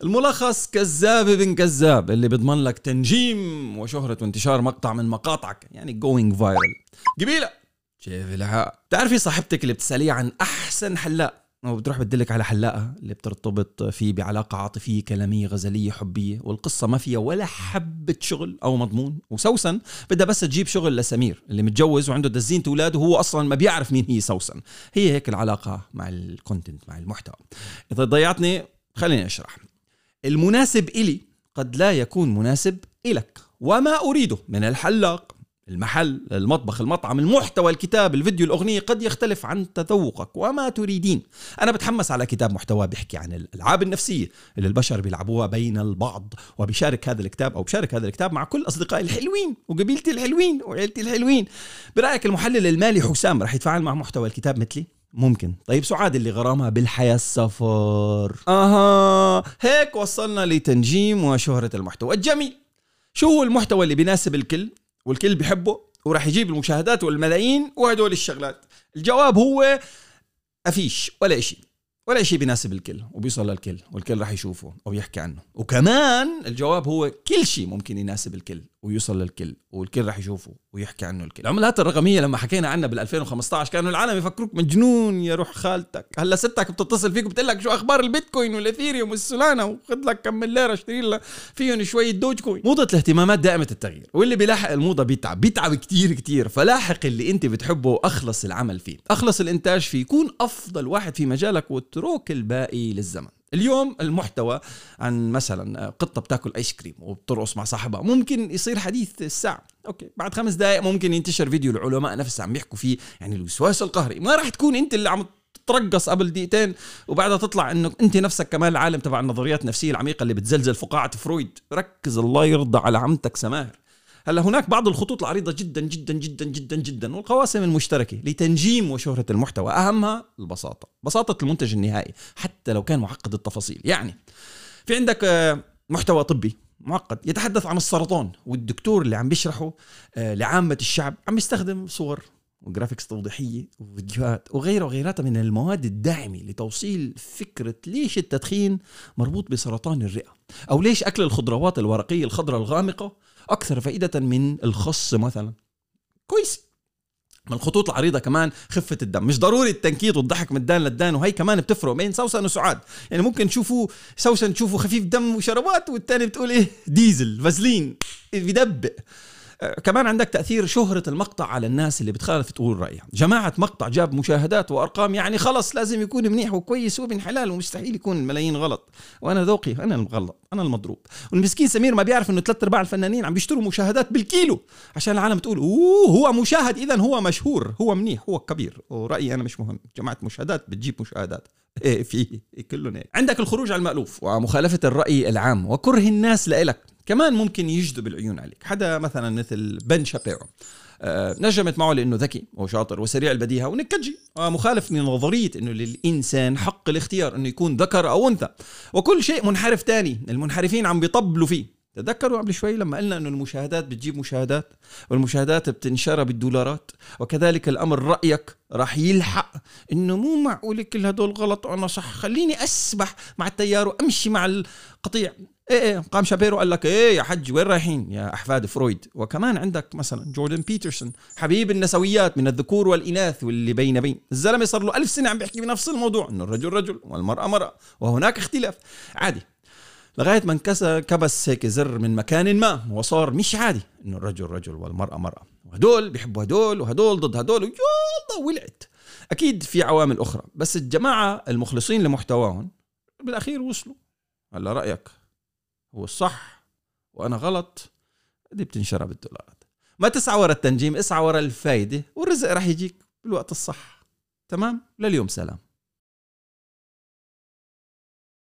الملخص كذاب ابن كذاب اللي بيضمن لك تنجيم وشهرة وانتشار مقطع من مقاطعك، يعني going viral. قبيلة كيف الحق؟ بتعرفي صاحبتك اللي بتسأليه عن أحسن حلاق وبتروح بتدلك على حلاقة اللي بترتبط فيه بعلاقة عاطفية كلامية غزلية حبية، والقصة ما فيها ولا حبة شغل أو مضمون، وسوسن بدها بس تجيب شغل لسمير اللي متجوز وعنده دزينة أولاد وهو أصلا ما بيعرف مين هي سوسن. هي هيك العلاقة مع الكونتنت، مع المحتوى. إذا ضيعتني خليني أشرح. المناسب إلي قد لا يكون مناسب إلك، وما أريده من الحلاق، المحل، المطبخ، المطعم، المحتوى، الكتاب، الفيديو، الأغنية قد يختلف عن تذوقك وما تريدين. أنا بتحمس على كتاب محتوى بيحكي عن الألعاب النفسية اللي البشر بيلعبوها بين البعض، وبشارك هذا الكتاب أو بشارك هذا الكتاب مع كل أصدقائي الحلوين وقبيلتي الحلوين وعيلتي الحلوين. برأيك المحلل المالي حسام رح يتفاعل مع محتوى الكتاب مثلي؟ ممكن. طيب سعاد اللي غرامها بالحياة السفر، هيك وصلنا لتنجيم وشهرة المحتوى الجميل. شو هو المحتوى اللي بيناسب الكل والكل بيحبه وراح يجيب المشاهدات والملايين وهدول الشغلات؟ الجواب هو أفيش ولا شيء بيناسب الكل وبيوصل للكل والكل راح يشوفه وبيحكي عنه. وكمان الجواب هو كل شيء ممكن يناسب الكل ويوصل للكل والكل راح يشوفه ويحكي عنه الكل. العملات الرقمية لما حكينا عنها بال2015 كانوا العالم يفكروك مجنون يا روح خالتك. هلا ستك بتتصل فيك وبتقول لك شو اخبار البيتكوين والاثيريوم والسولانا وخذ لك كم ليره اشتري لها فيهم شويه دوج كوين. موضة الاهتمامات دائمة التغيير، واللي بيلاحق الموضة بيتعب كتير. فلاحق اللي انت بتحبه واخلص العمل فيه، اخلص الانتاج فيه، كون افضل واحد في مجالك واترك الباقي للزمن. اليوم المحتوى عن مثلا قطة بتاكل ايس كريم وبترقص مع صاحبها ممكن يصير حديث الساعة، اوكي بعد 5 دقائق ممكن ينتشر فيديو العلماء نفسهم عم بيحكوا فيه يعني الوسواس القهري. ما راح تكون انت اللي عم ترقص قبل دقيقتين وبعدها تطلع انه انت نفسك كمان العالم تبع النظريات النفسية العميقة اللي بتزلزل فقاعة فرويد. ركز الله يرضى على عمتك سماهر. هلا هناك بعض الخطوط العريضة جدا جدا جدا جدا جدا والقواسم المشتركة لتنجيم وشهرة المحتوى. أهمها البساطة، بساطة المنتج النهائي حتى لو كان معقد التفاصيل. يعني في عندك محتوى طبي معقد يتحدث عن السرطان، والدكتور اللي عم بيشرحه لعامة الشعب عم يستخدم صور وجرافيكس توضيحية وفيديوهات وغيرها من المواد الداعمة لتوصيل فكرة ليش التدخين مربوط بسرطان الرئة، أو ليش أكل الخضروات الورقية الخضراء الغامقة أكثر فائدة من الخس مثلا. كويس. من الخطوط العريضة كمان خفة الدم، مش ضروري التنكيط والضحك من الدان للدان، وهي كمان بتفرق بين سوسن وسعاد. يعني ممكن تشوفوا سوسن تشوفوا خفيف دم وشربات، والتاني بتقول إيه ديزل فازلين بيدبق. كمان عندك تأثير شهرة المقطع على الناس اللي بتخالف تقول رأيها. جماعة مقطع جاب مشاهدات وأرقام يعني خلص لازم يكون منيح وكويس وابن حلال ومستحيل يكون الملايين غلط، وأنا ذوقي أنا الغلط أنا المضروب. والمسكين سمير ما بيعرف إنه 3/4 الفنانين عم بيشتروا مشاهدات بالكيلو عشان العالم تقول هو مشاهد إذن هو مشهور هو منيح هو كبير ورأيي أنا مش مهم. جماعة مشاهدات بتجيب مشاهدات في كلهم. عندك الخروج على المألوف ومخالفة الرأي العام وكره الناس لإلك كمان ممكن يجذب العيون عليك. حدا مثلا مثل بن شابيرو نجمت معه لأنه ذكي وشاطر وسريع البديهة ونكجي، مخالف لنظرية أنه للإنسان حق الاختيار أنه يكون ذكر أو أنثى، وكل شيء منحرف تاني المنحرفين عم بيطبلوا فيه. تذكروا قبل شوي لما قلنا أنه المشاهدات بتجيب مشاهدات والمشاهدات بتنشر بالدولارات، وكذلك الأمر رأيك راح يلحق أنه مو معقول كل هدول غلط وأنا صح، خليني أسبح مع التيار وأمشي مع القطيع. ايه قام شابيرو قال لك ايه يا حج وين رايحين يا احفاد فرويد. وكمان عندك مثلا جوردن بيترسون حبيب النسويات من الذكور والاناث واللي بين الزلمه صار له 1000 سنه عم بيحكي بنفس الموضوع انه الرجل رجل والمراه مراه وهناك اختلاف عادي، لغايه ما كبس هيك زر من مكان ما وصار مش عادي انه الرجل رجل والمراه مراه، وهدول بيحبوا هدول وهدول ضد هدول ويلا ولعت. اكيد في عوامل اخرى بس الجماعه المخلصين لمحتواهم بالاخير وصلوا. هلا رايك هو الصح وأنا غلط، دي بتنشرها بالدولارات. ما تسعى ورا التنجيم، اسعى ورا الفايدة والرزق راح يجيك بالوقت الصح. تمام؟ لليوم سلام.